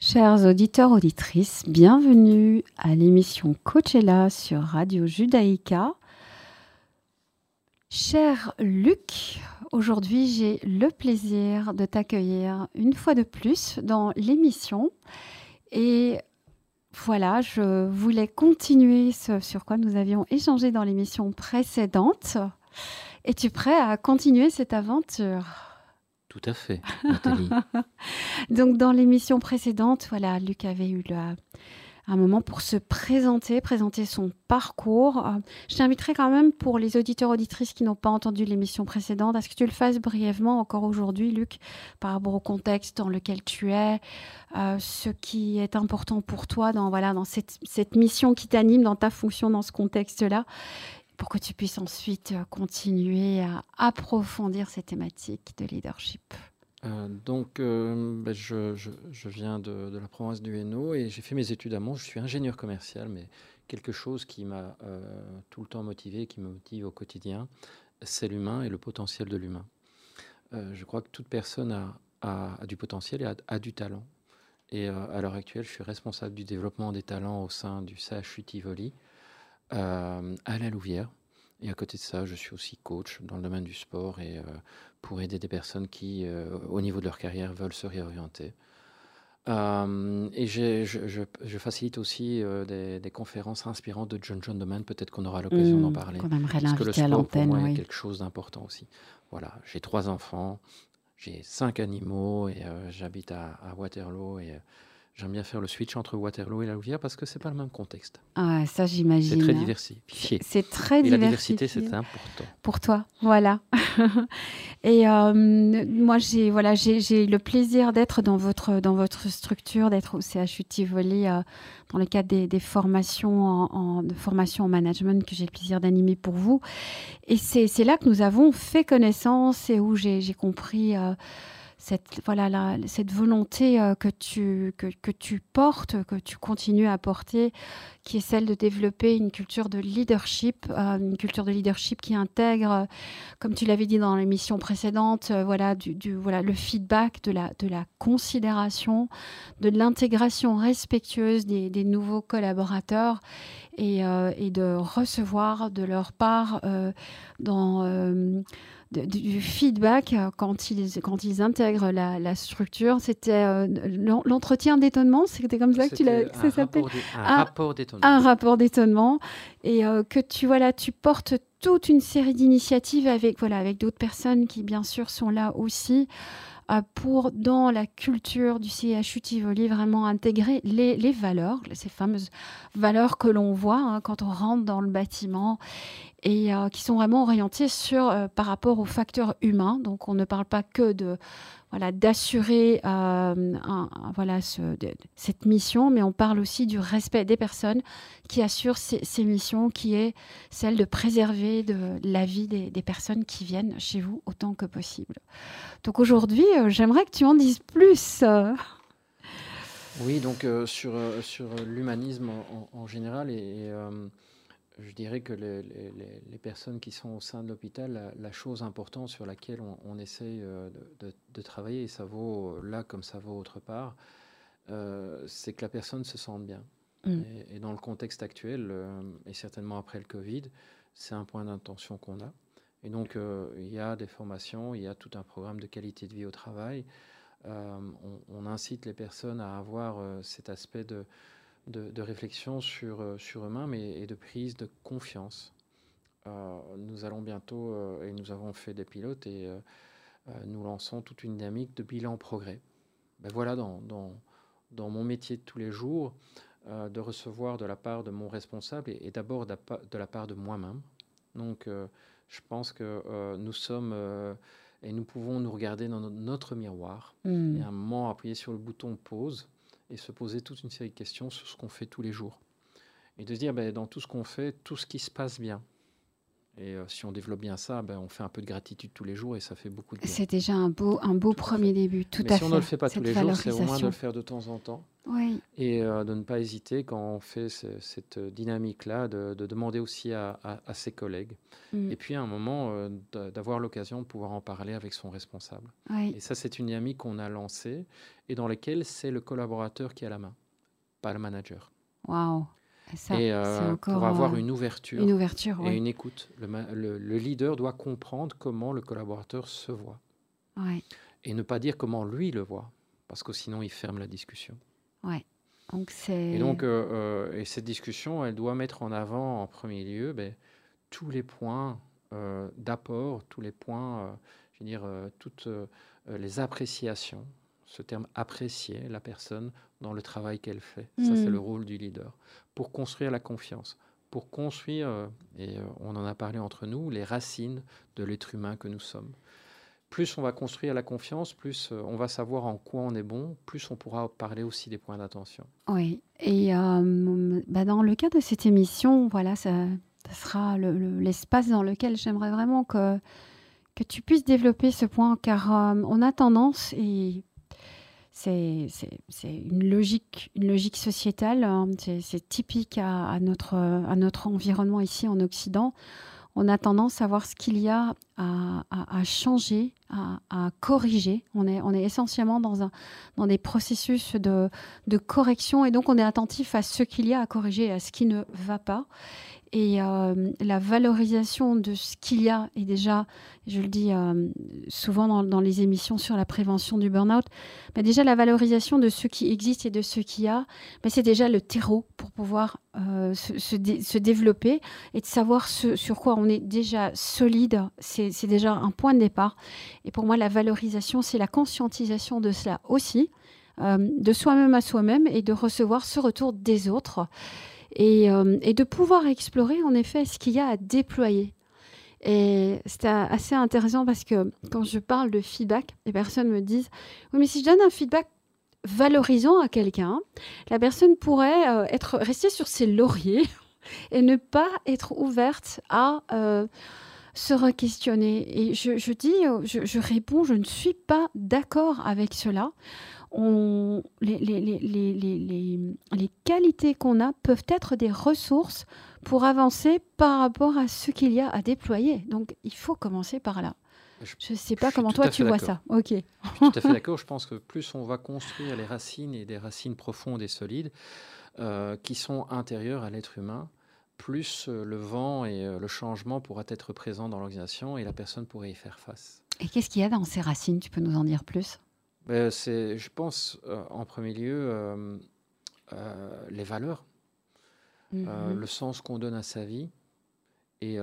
Chers auditeurs, auditrices, bienvenue à l'émission Coachella sur Radio Judaïka. Cher Luc, aujourd'hui j'ai le plaisir de t'accueillir une fois de plus dans l'émission. Et voilà, je voulais continuer ce sur quoi nous avions échangé dans l'émission précédente. Es-tu prêt à continuer cette aventure? Tout à fait, Nathalie. Donc, dans l'émission précédente, voilà, Luc avait eu un moment pour se présenter son parcours. Je t'inviterai quand même, pour les auditeurs auditrices qui n'ont pas entendu l'émission précédente, à ce que tu le fasses brièvement encore aujourd'hui, Luc, par rapport au contexte dans lequel tu es, ce qui est important pour toi dans cette mission qui t'anime, dans ta fonction dans ce contexte-là, pour que tu puisses ensuite continuer à approfondir ces thématiques de leadership. Je viens de la province du Hainaut et j'ai fait mes études à Mons. Je suis ingénieur commercial, mais quelque chose qui m'a tout le temps motivé, qui me motive au quotidien, c'est l'humain et le potentiel de l'humain. Je crois que toute personne a du potentiel et a du talent. Et à l'heure actuelle, je suis responsable du développement des talents au sein du CHU Tivoli, à la Louvière. Et à côté de ça, je suis aussi coach dans le domaine du sport et pour aider des personnes qui, au niveau de leur carrière, veulent se réorienter. Et je facilite aussi des conférences inspirantes de John Doman. Peut-être qu'on aura l'occasion d'en parler. Qu'on aimerait Parce que le l'inviter à sport, pour l'antenne, moi, est oui. quelque chose d'important aussi. Voilà, j'ai 3 enfants, j'ai 5 animaux et j'habite à Waterloo. Et j'aime bien faire le switch entre Waterloo et la Louvière parce que c'est pas le même contexte. Ah, ça, C'est j'imagine. très diversifié. C'est très Et la diversité, diversifié c'est important. pour toi, voilà. Et moi, j'ai le plaisir d'être dans votre structure, d'être au CHU Tivoli dans le cadre des formations de formation en management que j'ai le plaisir d'animer pour vous. Et c'est là que nous avons fait connaissance et où j'ai compris cette volonté que tu portes, que tu continues à porter, qui est celle de développer une culture de leadership qui intègre, comme tu l'avais dit dans l'émission précédente, le feedback, de la considération, de l'intégration respectueuse des nouveaux collaborateurs et de recevoir de leur part du feedback quand ils intègrent la structure. C'était l'entretien d'étonnement, c'était comme ça que ça s'appelle. Un rapport d'étonnement. Un rapport d'étonnement. Et que tu portes toute une série d'initiatives avec d'autres personnes qui, bien sûr, sont là aussi pour, dans la culture du CHU Tivoli, vraiment intégrer les valeurs, ces fameuses valeurs que l'on voit quand on rentre dans le bâtiment, et qui sont vraiment orientées par rapport aux facteurs humains. Donc, on ne parle pas que d'assurer cette mission, mais on parle aussi du respect des personnes qui assurent ces missions, qui est celle de préserver la vie des personnes qui viennent chez vous autant que possible. Donc aujourd'hui, j'aimerais que tu en dises plus. Oui, donc sur l'humanisme en général, et je dirais que les personnes qui sont au sein de l'hôpital, la chose importante sur laquelle on essaye de travailler, et ça vaut là comme ça vaut autre part, c'est que la personne se sente bien. Et dans le contexte actuel, et certainement après le Covid, c'est un point d'intention qu'on a. Et donc, il y a des formations, il y a tout un programme de qualité de vie au travail. On incite les personnes à avoir cet aspect de réflexion sur eux-mêmes et de prise de confiance. Nous allons bientôt, et nous avons fait des pilotes, et nous lançons toute une dynamique de bilan progrès. Ben voilà, dans mon métier de tous les jours, de recevoir de la part de mon responsable et d'abord de la part de moi-même. Donc, je pense que nous sommes et nous pouvons nous regarder dans notre miroir et à un moment appuyer sur le bouton pause et se poser toute une série de questions sur ce qu'on fait tous les jours. Et de se dire, dans tout ce qu'on fait, tout ce qui se passe bien. Et si on développe bien ça, on fait un peu de gratitude tous les jours et ça fait beaucoup de bien. C'est déjà un beau premier début, tout Mais à si on ne fait. le fait pas tous Cette les jours, c'est au moins de valorisation. le faire de temps en temps. Oui, Et de ne pas hésiter quand on fait cette dynamique-là, de demander aussi à ses collègues. mm, Et puis à un moment, d'avoir l'occasion de pouvoir en parler avec son responsable. oui. Et ça, c'est une dynamique qu'on a lancée et dans laquelle c'est le collaborateur qui a la main, pas le manager. Waouh. Et ça, Et c'est pour encore avoir une une ouverture ouverture, et oui. une écoute, le leader doit comprendre comment le collaborateur se voit Ouais, et ne pas dire comment lui le voit, parce que sinon il ferme la discussion. ouais. Donc Et c'est... donc, et cette discussion, elle doit mettre en avant en premier lieu tous les points d'apport, tous les points, je veux dire, toutes les appréciations. Ce terme apprécier la personne dans le travail qu'elle fait. Ça, c'est le rôle du leader. Pour construire la confiance, pour construire, et on en a parlé entre nous, les racines de l'être humain que nous sommes. Plus on va construire la confiance, plus on va savoir en quoi on est bon, plus on pourra parler aussi des points d'attention. Oui. Et dans le cadre de cette émission, voilà, ça sera l'espace dans lequel j'aimerais vraiment que tu puisses développer ce point, car on a tendance, et c'est une logique sociétale, hein, c'est typique à notre environnement ici en Occident. On a tendance à voir ce qu'il y a à changer, à corriger. On est essentiellement dans des processus de correction, et donc on est attentif à ce qu'il y a à corriger et à ce qui ne va pas. Et la valorisation de ce qu'il y a est déjà, je le dis souvent dans les émissions sur la prévention du burn-out, déjà la valorisation de ce qui existe et de ce qu'il y a, c'est déjà le terreau pour pouvoir se développer et de savoir sur quoi on est déjà solide. C'est déjà un point de départ. Et pour moi, la valorisation, c'est la conscientisation de cela aussi, de soi-même à soi-même, et de recevoir ce retour des autres. Et de pouvoir explorer en effet ce qu'il y a à déployer. Et c'était assez intéressant parce que quand je parle de feedback, les personnes me disent « Oui, mais si je donne un feedback valorisant à quelqu'un, la personne pourrait rester sur ses lauriers et ne pas être ouverte à se re-questionner. » Et je réponds « Je ne suis pas d'accord avec cela. » Les qualités qu'on a peuvent être des ressources pour avancer par rapport à ce qu'il y a à déployer. Donc, il faut commencer par là. Je ne sais pas comment toi tu vois ça. Ok. Je suis tout à fait d'accord. Je pense que plus on va construire les racines et des racines profondes et solides qui sont intérieures à l'être humain, plus le vent et le changement pourra être présent dans l'organisation et la personne pourrait y faire face. Et qu'est-ce qu'il y a dans ces racines? Tu peux nous en dire plus? Je pense, en premier lieu, les valeurs, le sens qu'on donne à sa vie et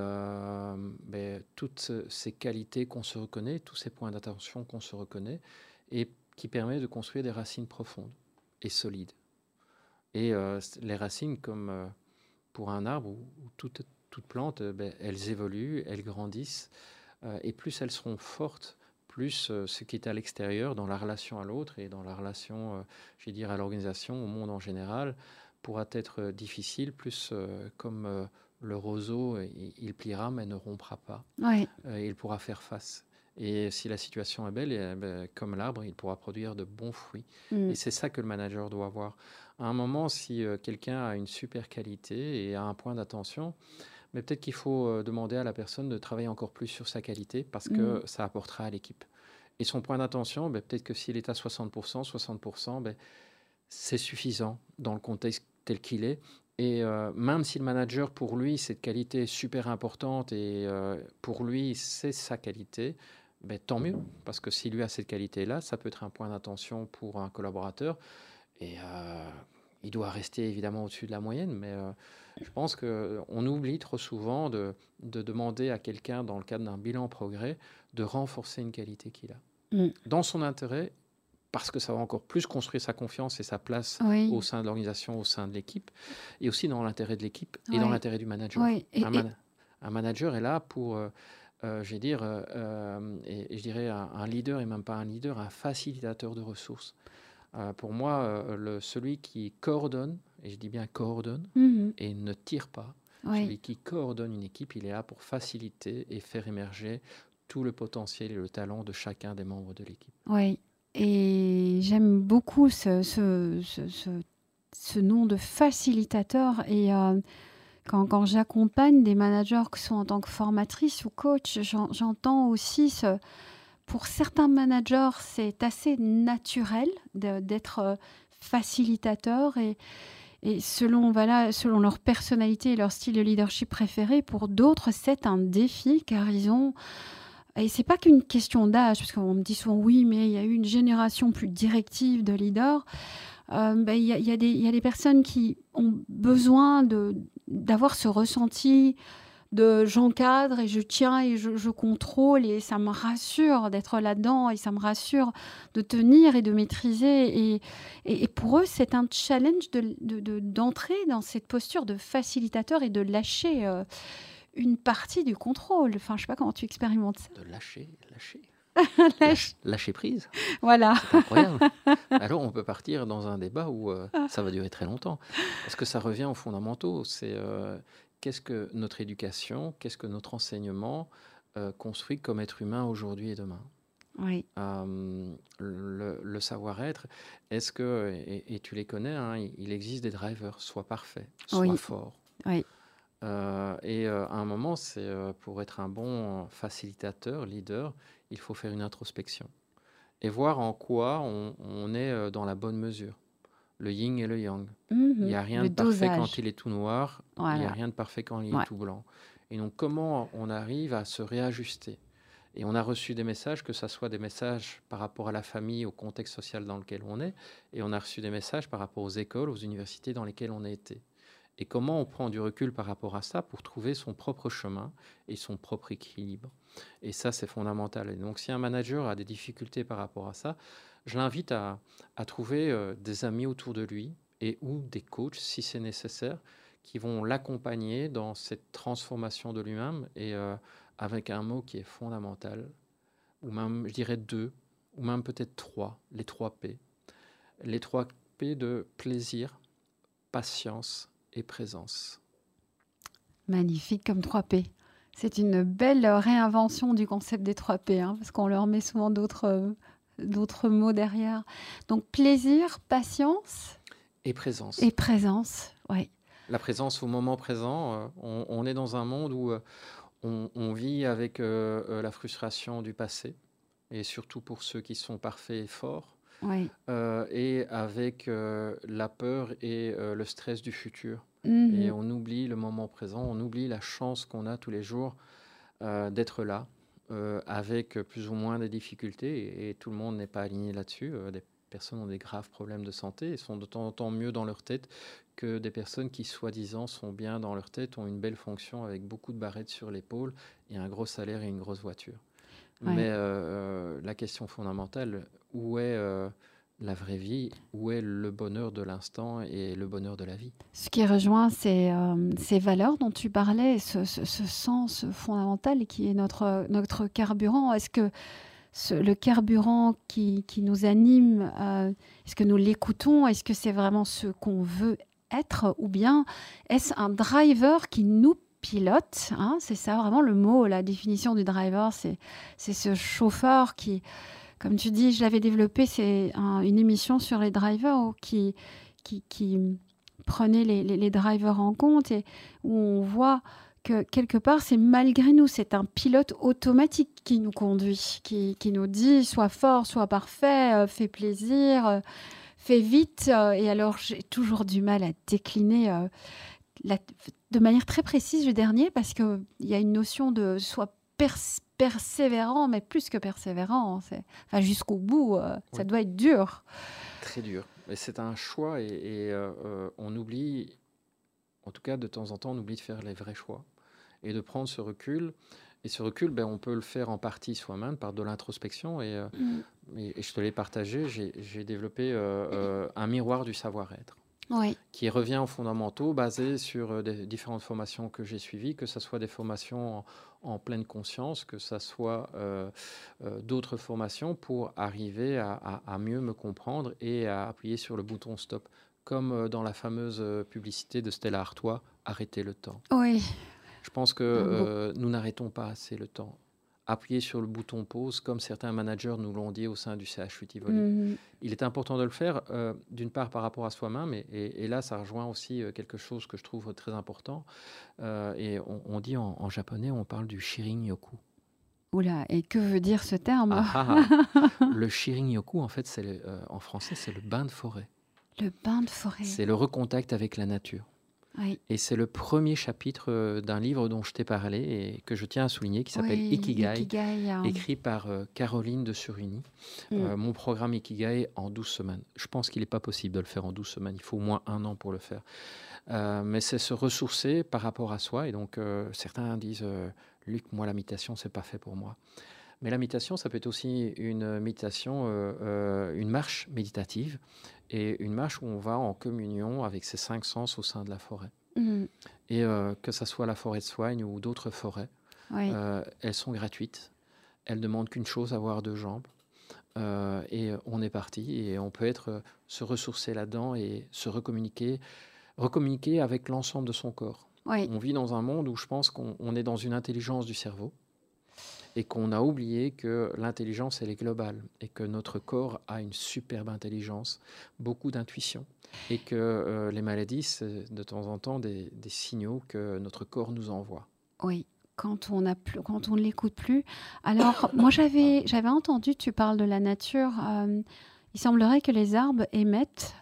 toutes ces qualités qu'on se reconnaît, tous ces points d'attention qu'on se reconnaît et qui permet de construire des racines profondes et solides. Et les racines, comme pour un arbre ou toute plante, elles évoluent, elles grandissent et plus elles seront fortes, plus ce qui est à l'extérieur, dans la relation à l'autre et dans la relation, à l'organisation, au monde en général, pourra être difficile, plus comme le roseau, il pliera mais ne rompra pas. Ouais. Il pourra faire face. Et si la situation est belle, comme l'arbre, il pourra produire de bons fruits. Et c'est ça que le manager doit avoir. À un moment, si quelqu'un a une super qualité et a un point d'attention, mais peut-être qu'il faut demander à la personne de travailler encore plus sur sa qualité parce que ça apportera à l'équipe. Et son point d'attention, peut-être que s'il est à 60%, c'est suffisant dans le contexte tel qu'il est. Et même si le manager, pour lui, cette qualité est super importante et pour lui, c'est sa qualité, tant mieux. Parce que s'il lui a cette qualité-là, ça peut être un point d'attention pour un collaborateur. Et il doit rester évidemment au-dessus de la moyenne, mais je pense qu'on oublie trop souvent de demander à quelqu'un, dans le cadre d'un bilan progrès, de renforcer une qualité qu'il a. Dans son intérêt, parce que ça va encore plus construire sa confiance et sa place au sein de l'organisation, au sein de l'équipe, et aussi dans l'intérêt de l'équipe et dans l'intérêt du manager. Un manager est là pour, je dirais, un leader, et même pas un leader, un facilitateur de ressources. Pour moi, celui qui coordonne, et je dis bien coordonne, et ne tire pas, Oui, Celui qui coordonne une équipe, il est là pour faciliter et faire émerger tout le potentiel et le talent de chacun des membres de l'équipe. oui. Et j'aime beaucoup ce nom de facilitateur. Et quand j'accompagne des managers, que ce soit en tant que formatrice ou coach, j'entends aussi pour certains managers, c'est assez naturel d'être facilitateur et selon leur personnalité et leur style de leadership préféré. Pour d'autres, c'est un défi car ils ont... Et c'est pas qu'une question d'âge, parce qu'on me dit souvent oui, mais il y a eu une génération plus directive de leaders. Il y a des personnes qui ont besoin d'avoir ce ressenti de j'encadre et je tiens et je contrôle et ça me rassure d'être là-dedans et ça me rassure de tenir et de maîtriser. Et pour eux, c'est un challenge d'entrer dans cette posture de facilitateur et de lâcher une partie du contrôle. Enfin, je sais pas comment tu expérimentes ça. De lâcher. Lâche- Lâcher prise, Voilà. c'est incroyable. Alors on peut partir dans un débat où ça va durer très longtemps, parce que ça revient aux fondamentaux. C'est qu'est-ce que notre éducation, qu'est-ce que notre enseignement construit comme être humain aujourd'hui et demain. Oui, Le savoir-être, est-ce que, et tu les connais, hein, il existe des drivers, soit parfaits, soit oui, forts. oui, À un moment, c'est pour être un bon facilitateur, leader, il faut faire une introspection et voir en quoi on est dans la bonne mesure. Le yin et le yang. Il n'y a rien Le de parfait quand dosage. il est tout noir, il n'y a Voilà. rien de parfait quand il est Ouais. tout blanc. Et donc, comment on arrive à se réajuster? Et on a reçu des messages, que ce soit des messages par rapport à la famille, au contexte social dans lequel on est, et on a reçu des messages par rapport aux écoles, aux universités dans lesquelles on a été. Et comment on prend du recul par rapport à ça pour trouver son propre chemin et son propre équilibre. Et ça, c'est fondamental. Et donc, si un manager a des difficultés par rapport à ça, je l'invite à trouver des amis autour de lui et ou des coachs, si c'est nécessaire, qui vont l'accompagner dans cette transformation de lui-même et avec un mot qui est fondamental, ou même, je dirais deux, ou même peut-être trois, les 3 P. Les 3 P de plaisir, patience et présence. Magnifique comme 3P. C'est une belle réinvention du concept des 3P, hein, parce qu'on leur met souvent d'autres mots derrière. Donc plaisir, patience Et présence. et présence. Oui. La présence au moment présent, on est dans un monde où on vit avec la frustration du passé, et surtout pour ceux qui sont parfaits et forts, Oui. et avec la peur et le stress du futur. Et Mhm. on oublie le moment présent, on oublie la chance qu'on a tous les jours d'être là, avec plus ou moins des difficultés, et tout le monde n'est pas aligné là-dessus. Des personnes ont des graves problèmes de santé et sont de temps en temps mieux dans leur tête que des personnes qui, soi-disant, sont bien dans leur tête, ont une belle fonction avec beaucoup de barrettes sur l'épaule et un gros salaire et une grosse voiture. Ouais. Mais la question fondamentale, où est la vraie vie, où est le bonheur de l'instant et le bonheur de la vie? Ce qui rejoint ces valeurs dont tu parlais, ce sens fondamental qui est notre carburant. Est-ce que le carburant qui nous anime, est-ce que nous l'écoutons? Est-ce que c'est vraiment ce qu'on veut être? Ou bien est-ce un driver qui nous pilote, hein? C'est ça vraiment le mot, la définition du driver, c'est ce chauffeur qui, comme tu dis, je l'avais développé, c'est une émission sur les drivers qui prenait les drivers en compte et où on voit que quelque part, c'est malgré nous, c'est un pilote automatique qui nous conduit, qui nous dit sois fort, sois parfait, fais plaisir, fais vite. Et alors, j'ai toujours du mal à décliner de manière très précise le dernier parce qu'il y a une notion de sois persévérant, mais plus que persévérant. Enfin, jusqu'au bout, ça Oui, doit être dur. très dur. Mais c'est un choix et on oublie, en tout cas de temps en temps, on oublie de faire les vrais choix et de prendre ce recul. Et ce recul, ben, on peut le faire en partie soi-même par de l'introspection. Mm. Et je te l'ai partagé, j'ai développé un miroir du savoir-être Oui. qui revient aux fondamentaux basés sur des différentes formations que j'ai suivies, que ce soit des formations en pleine conscience, que ce soit d'autres formations pour arriver à mieux me comprendre et à appuyer sur le bouton stop comme dans la fameuse publicité de Stella Artois, arrêtez le temps. Oui, Je pense que nous n'arrêtons pas assez le temps. Appuyer sur le bouton pause, comme certains managers nous l'ont dit au sein du CHU Tivoli. Il est important de le faire, d'une part par rapport à soi-même, et là, ça rejoint aussi quelque chose que je trouve très important. Et on dit en japonais, on parle du shirin-yoku. Oula, et que veut dire ce terme? Le shirin-yoku, en fait, en français, c'est le bain de forêt. Le bain de forêt. C'est le recontact avec la nature. Oui. Et c'est le premier chapitre d'un livre dont je t'ai parlé et que je tiens à souligner, qui s'appelle Ikigai, écrit par Caroline de Surigny. Mon programme Ikigai en 12 semaines. Je pense qu'il n'est pas possible de le faire en 12 semaines. Il faut au moins 1 an pour le faire. Mais c'est se ressourcer par rapport à soi. Et donc, certains disent, Luc, moi, la méditation, c'est pas fait pour moi. Mais la méditation, ça peut être aussi une méditation, une marche méditative et une marche où on va en communion avec ses 5 sens au sein de la forêt. Et que ce soit la forêt de Soigne ou d'autres forêts, elles sont gratuites. Elles demandent qu'une chose, avoir 2 jambes. Et on est parti et on peut se ressourcer là-dedans et se recommuniquer avec l'ensemble de son corps. On vit dans un monde où je pense qu'on est dans une intelligence du cerveau. Et qu'on a oublié que l'intelligence, elle est globale et que notre corps a une superbe intelligence, beaucoup d'intuition et que les maladies, c'est de temps en temps des signaux que notre corps nous envoie. Oui, quand on ne l'écoute plus. Alors, moi, j'avais entendu, tu parles de la nature, il semblerait que les arbres émettent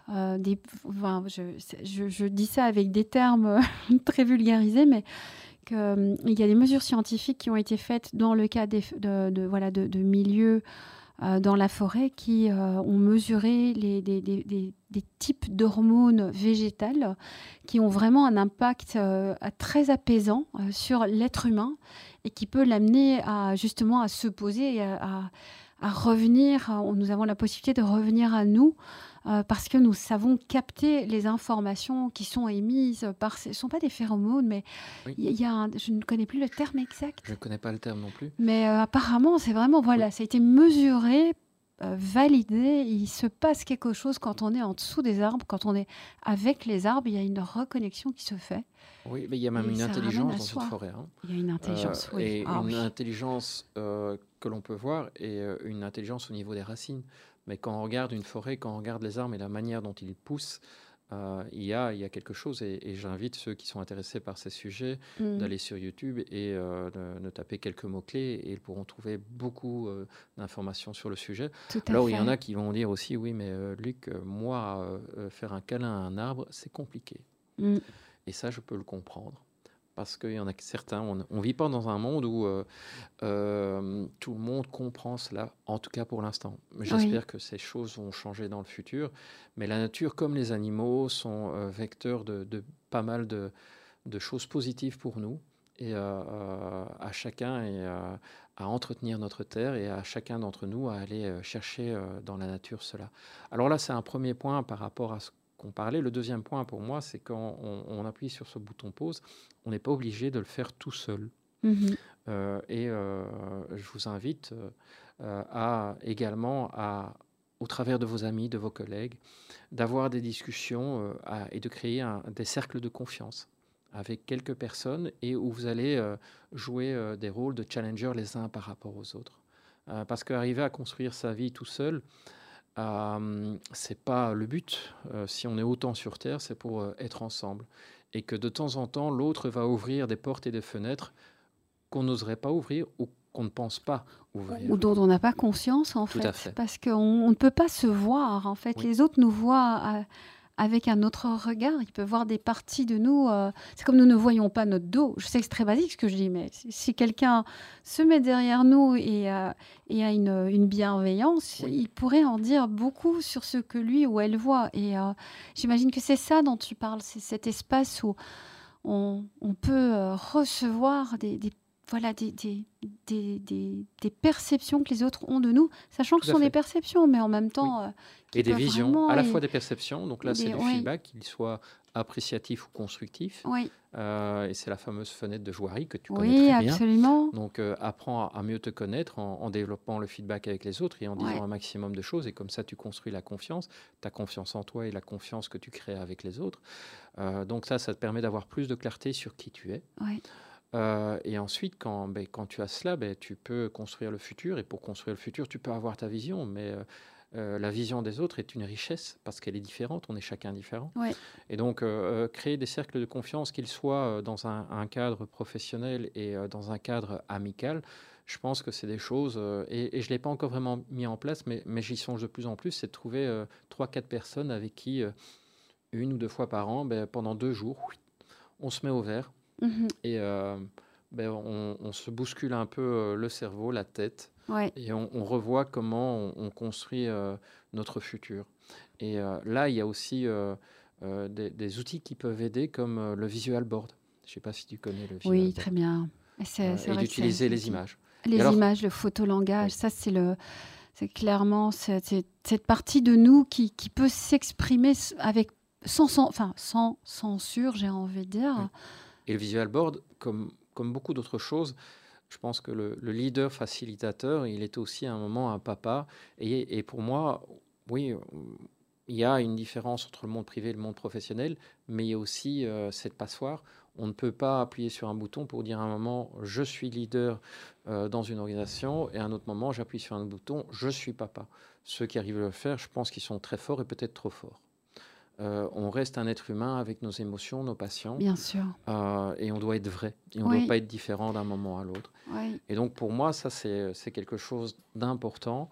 je dis ça avec des termes très vulgarisés, mais qu'il y a des mesures scientifiques qui ont été faites dans le cas de milieux dans la forêt qui ont mesuré des types d'hormones végétales qui ont vraiment un impact très apaisant sur l'être humain et qui peut l'amener justement à se poser et à revenir. Nous avons la possibilité de revenir à nous parce que nous savons capter les informations qui sont émises par... Ce ne sont pas des phéromones, mais je ne connais plus le terme exact. Je ne connais pas le terme non plus. Mais apparemment, c'est vraiment... Voilà, ça a été mesuré, validé. Il se passe quelque chose quand on est en dessous des arbres. Quand on est avec les arbres, il y a une reconnexion qui se fait. Oui, mais il y a même une intelligence dans cette forêt. Il y a une intelligence, oui. Et intelligence que l'on peut voir et une intelligence au niveau des racines. Mais quand on regarde une forêt, quand on regarde les arbres et la manière dont ils poussent, il y a quelque chose. Et j'invite ceux qui sont intéressés par ces sujets d'aller sur YouTube et de taper quelques mots-clés et ils pourront trouver beaucoup d'informations sur le sujet. Alors, il y en a qui vont dire aussi, oui, mais Luc, moi, faire un câlin à un arbre, c'est compliqué. Et ça, je peux le comprendre. Parce qu'il y en a certains, on ne vit pas dans un monde où tout le monde comprend cela, en tout cas pour l'instant. Mais j'espère que ces choses vont changer dans le futur. Mais la nature, comme les animaux, sont vecteurs de pas mal de choses positives pour nous. Et à chacun à entretenir notre terre et à chacun d'entre nous à aller chercher dans la nature cela. Alors là, c'est un premier point par rapport à ce qu'on parlait. Le deuxième point pour moi, c'est quand on appuie sur ce bouton pause, on n'est pas obligé de le faire tout seul. Je vous invite également au travers de vos amis, de vos collègues, d'avoir des discussions et de créer des cercles de confiance avec quelques personnes et où vous allez jouer des rôles de challenger les uns par rapport aux autres. Parce qu'arriver à construire sa vie tout seul, c'est pas le but. Si on est autant sur Terre, c'est pour être ensemble. Et que de temps en temps, l'autre va ouvrir des portes et des fenêtres qu'on n'oserait pas ouvrir ou qu'on ne pense pas ouvrir. Ou dont on n'a pas conscience, en fait. Parce qu'on ne peut pas se voir, en fait. Les autres nous voient avec un autre regard. Ils peuvent voir des parties de nous. C'est comme nous ne voyons pas notre dos. Je sais que c'est très basique ce que je dis, mais si quelqu'un se met derrière nous et a une bienveillance, il pourrait en dire beaucoup sur ce que lui ou elle voit. Et j'imagine que c'est ça dont tu parles, c'est cet espace où on peut recevoir des perceptions que les autres ont de nous, sachant que ce sont des perceptions, mais en même temps... et des visions, à la fois des perceptions, donc là c'est du feedback, qu'il soit appréciatif ou constructif. Oui, Et c'est la fameuse fenêtre de Jouary que tu connais oui, très bien. absolument. Donc, apprends à mieux te connaître en développant le feedback avec les autres et en Ouais, disant un maximum de choses. Et comme ça, tu construis la confiance, ta confiance en toi et la confiance que tu crées avec les autres. Donc ça te permet d'avoir plus de clarté sur qui tu es. ouais, Et ensuite, quand tu as cela, tu peux construire le futur. Et pour construire le futur, tu peux avoir ta vision. Mais la vision des autres est une richesse parce qu'elle est différente. On est chacun différent. ouais. Et donc, créer des cercles de confiance, qu'ils soient dans un cadre professionnel et dans un cadre amical, je pense que c'est des choses, et je ne l'ai pas encore vraiment mis en place, mais j'y songe de plus en plus, c'est de trouver 3-4 personnes avec qui, une ou deux fois par an, pendant 2 jours, on se met au vert Mhm. et on se bouscule un peu le cerveau, la tête, Ouais. et on revoit comment on construit notre futur. Et là, il y a aussi des outils qui peuvent aider, comme le visual board. Je ne sais pas si tu connais le visual Oui, board. très bien. Et c'est Et vrai que c'est d'utiliser les utile. images. Et Les alors, images, le photolangage, oui, ça c'est clairement cette partie de nous qui peut s'exprimer avec sans censure, j'ai envie de oui. dire. Et le visual board, comme beaucoup d'autres choses, je pense que le leader facilitateur, il est aussi à un moment un papa. Et pour moi, oui, il y a une différence entre le monde privé et le monde professionnel, mais il y a aussi cette passoire. On ne peut pas appuyer sur un bouton pour dire à un moment, je suis leader dans une organisation, et à un autre moment, j'appuie sur un bouton, je suis papa. Ceux qui arrivent à le faire, je pense qu'ils sont très forts et peut-être trop forts. On reste un être humain avec nos émotions, nos passions, Bien sûr. et on doit être vrai. Et on ne doit Oui, pas être différent d'un moment à l'autre. oui. Et donc pour moi, ça c'est quelque chose d'important,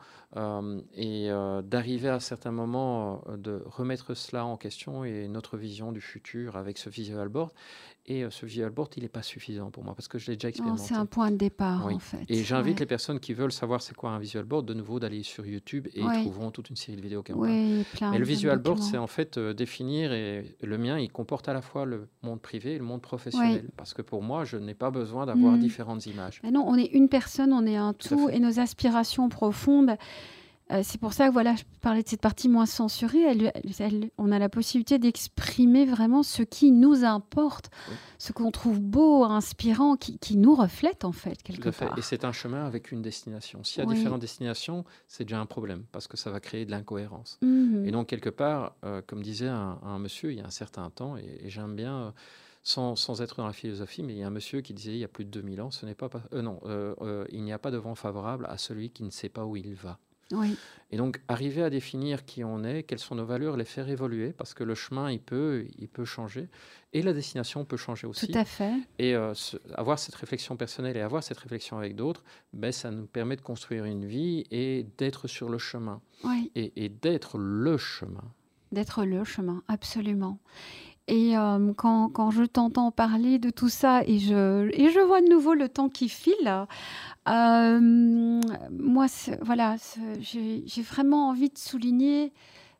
et d'arriver à certains moments de remettre cela en question et notre vision du futur avec ce visual board. Et ce visual board, il n'est pas suffisant pour moi parce que je l'ai déjà Non, c'est un expérimenté. point de départ, en Oui. Et fait. j'invite Ouais. les personnes qui veulent savoir c'est quoi un visual board, de nouveau d'aller sur YouTube, et ils Oui, trouveront toute une série de vidéos qui en parlent. oui, Mais plein le de visual board, c'est documents. en fait définir, et le mien, il comporte à la fois le monde privé et le monde Oui. professionnel. Parce que pour moi, je n'ai pas besoin d'avoir Hmm. différentes images. Mais non, on est une personne, on est un Tout à tout, fait. et nos aspirations profondes. C'est pour ça que voilà, je parlais de cette partie moins censurée. On a la possibilité d'exprimer vraiment ce qui nous importe, Oui, ce qu'on trouve beau, inspirant, qui nous reflète en fait, tout quelque à fait. Et part. c'est un chemin avec une destination. S'il y a Oui. différentes destinations, c'est déjà un problème parce que ça va créer de l'incohérence. Mhm. Et donc, quelque part, comme disait un monsieur il y a un certain temps, et j'aime bien, sans être dans la philosophie, mais il y a un monsieur qui disait il y a plus de 2000 ans, ce n'est pas, non, il n'y a pas de vent favorable à celui qui ne sait pas où il va. Oui, Et donc, arriver à définir qui on est, quelles sont nos valeurs, les faire évoluer, parce que le chemin, il peut changer, et la destination peut changer tout aussi. à fait. Et avoir cette réflexion personnelle et avoir cette réflexion avec d'autres, ça nous permet de construire une vie et d'être sur le chemin. Oui, Et d'être le chemin. d'être le chemin, absolument. Et quand je t'entends parler de tout ça et je vois de nouveau le temps qui file, moi, voilà, j'ai vraiment envie de souligner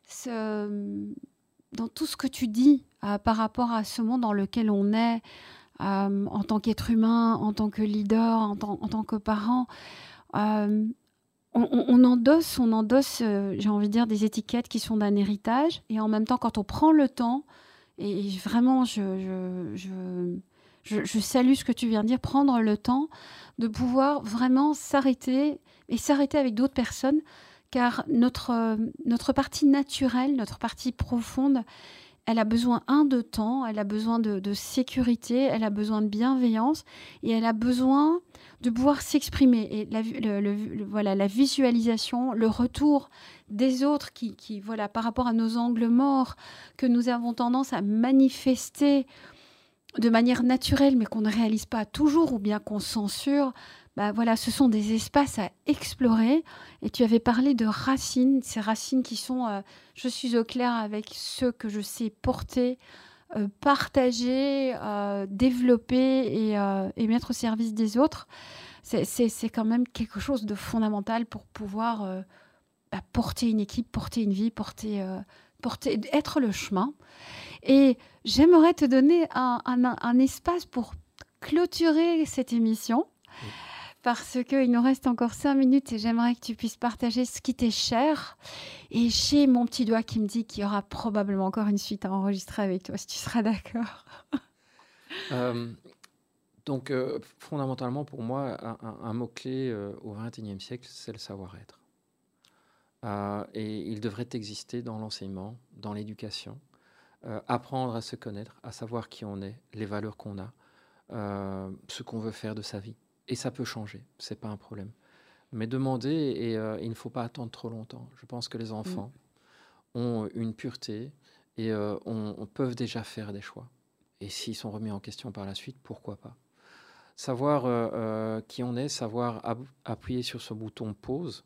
dans tout ce que tu dis par rapport à ce monde dans lequel on est, en tant qu'être humain, en tant que leader, en tant que parent. euh, on endosse, j'ai envie de dire, des étiquettes qui sont d'un héritage. Et en même temps, quand on prend le temps, et vraiment, je salue ce que tu viens de dire, prendre le temps de pouvoir vraiment s'arrêter et s'arrêter avec d'autres personnes, car notre partie naturelle, notre partie profonde, elle a besoin, de temps, elle a besoin de sécurité, elle a besoin de bienveillance, et elle a besoin de pouvoir s'exprimer. Et voilà, la visualisation, le retour des autres voilà, par rapport à nos angles morts que nous avons tendance à manifester de manière naturelle, mais qu'on ne réalise pas toujours, ou bien qu'on censure, voilà, ce sont des espaces à explorer. Et tu avais parlé de racines, ces racines qui sont je suis au clair avec ceux que je sais porter, partager, développer et mettre au service des autres. C'est quand même quelque chose de fondamental pour pouvoir porter une équipe, porter une vie, être le chemin. Et j'aimerais te donner un espace pour clôturer cette émission. Oui. parce qu'il nous reste encore 5 minutes et j'aimerais que tu puisses partager ce qui t'est cher. Et j'ai mon petit doigt qui me dit qu'il y aura probablement encore une suite à enregistrer avec toi, si tu seras d'accord. Donc, fondamentalement, pour moi, un mot-clé au XXIe siècle, c'est le savoir-être. Et il devrait exister dans l'enseignement, dans l'éducation. Apprendre à se connaître, à savoir qui on est, les valeurs qu'on a, ce qu'on veut faire de sa vie. Et ça peut changer, c'est pas un problème. Mais demander, et il ne faut pas attendre trop longtemps. Je pense que les enfants ont une pureté et peuvent déjà faire des choix. Et s'ils sont remis en question par la suite, pourquoi pas? Savoir qui on est, savoir appuyer sur ce bouton pause,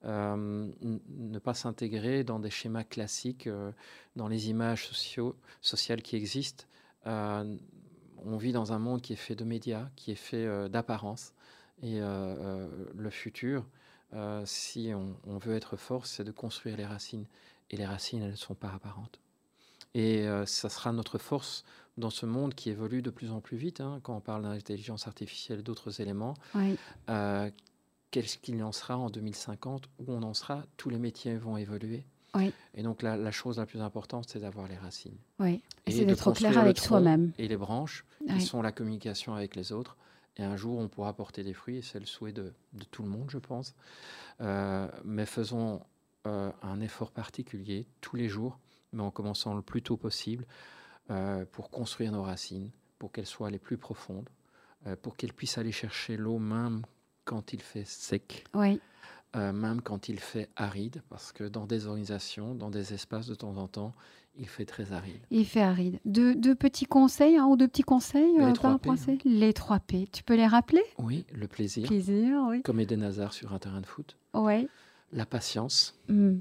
ne pas s'intégrer dans des schémas classiques, dans les images sociales qui existent. On vit dans un monde qui est fait de médias, qui est fait d'apparence. Et le futur, si on veut être fort, c'est de construire les racines. Et les racines, elles ne sont pas apparentes. Et ça sera notre force dans ce monde qui évolue de plus en plus vite, hein, quand on parle d'intelligence artificielle et d'autres éléments. Oui. Qu'est-ce qu'il en sera en 2050? Où on en sera? Tous les métiers vont évoluer. Oui. Et donc la chose la plus importante, c'est d'avoir les racines. Oui. Et c'est de d'être clair construire le avec tronc soi-même. et les branches, Oui. qui sont la communication avec les autres. Et un jour, on pourra porter des fruits, et c'est le souhait de tout le monde, je pense. Mais faisons un effort particulier tous les jours, mais en commençant le plus tôt possible, pour construire nos racines, pour qu'elles soient les plus profondes, pour qu'elles puissent aller chercher l'eau même quand il fait sec, Oui. même quand il fait aride, parce que dans des organisations, dans des espaces, de temps en temps, il fait très aride. Il fait aride. Deux petits conseils, ou deux petits conseils Les par 3 P, rapport à les 3 P. Tu peux les rappeler? Oui, le plaisir, Plaisir, oui. comme Eden Hazard sur un terrain de foot, Oui. la patience Mm.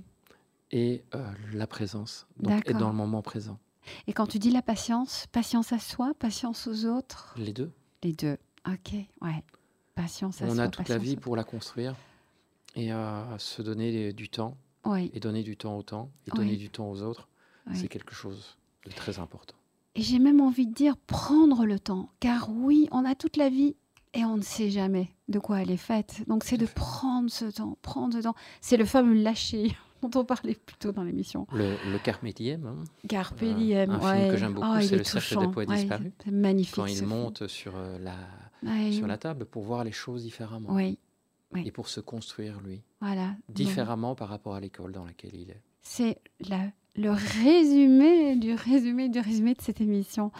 et la présence, donc être dans D'accord. le moment présent. Et quand tu dis la patience, patience à soi, patience aux autres? Les deux. Les deux. Ok, ouais. Patience à On soi, a toute la patience vie aux pour la construire et se donner du temps, autres. Oui. et donner du temps au temps, et Oui. donner du temps aux autres, Oui. c'est quelque chose de très important. Et j'ai même envie de dire prendre le temps. Car oui, on a toute la vie et on ne sait jamais de quoi elle est faite. Donc c'est Tout à de fait. prendre ce temps, prendre ce temps. C'est le fameux lâcher dont on parlait plus tôt dans l'émission. Le Carpe Diem, hein, Carpe un diem, film ouais. que j'aime beaucoup, Oh, il c'est est Le Cercle touchant. des Poètes Ouais, Disparus, c'est magnifique quand ce il film. monte sur Ouais, la table pour voir les choses différemment oui, oui. et pour se construire lui, Voilà. Donc, différemment par rapport à l'école dans laquelle il est. c'est le résumé du résumé du résumé de cette émission.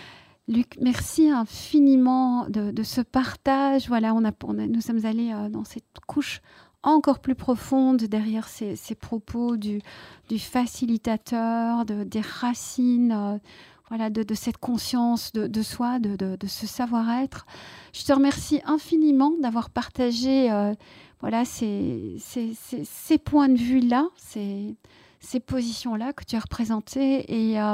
Luc, merci infiniment de ce partage. Voilà, nous sommes allés dans cette couche encore plus profonde derrière ces propos du facilitateur, des racines, voilà, de cette conscience de soi, de ce savoir-être. Je te remercie infiniment d'avoir partagé voilà, ces points de vue-là, ces positions-là que tu as représentées. Et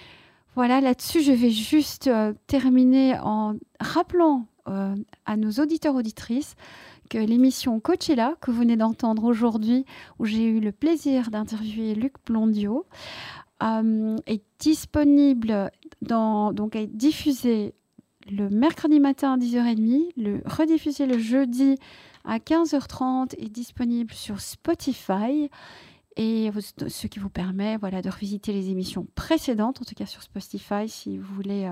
voilà, là-dessus, je vais juste terminer en rappelant à nos auditeurs auditrices que l'émission Coachella, que vous venez d'entendre aujourd'hui, où j'ai eu le plaisir d'interviewer Luc Blondiot, est disponible, donc est diffusée le mercredi matin à 10h30, rediffusée le jeudi à 15h30, est disponible sur Spotify. Et ce qui vous permet, voilà, de revisiter les émissions précédentes, en tout cas sur Spotify, si vous voulez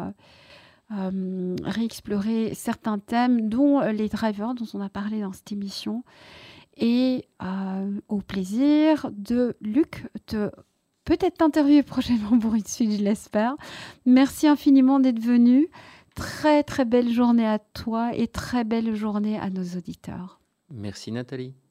réexplorer certains thèmes, dont les drivers dont on a parlé dans cette émission. Et au plaisir de Luc de peut-être t'interviewer prochainement pour une suite, je l'espère. Merci infiniment d'être venu. Très, très belle journée à toi et très belle journée à nos auditeurs. Merci Nathalie.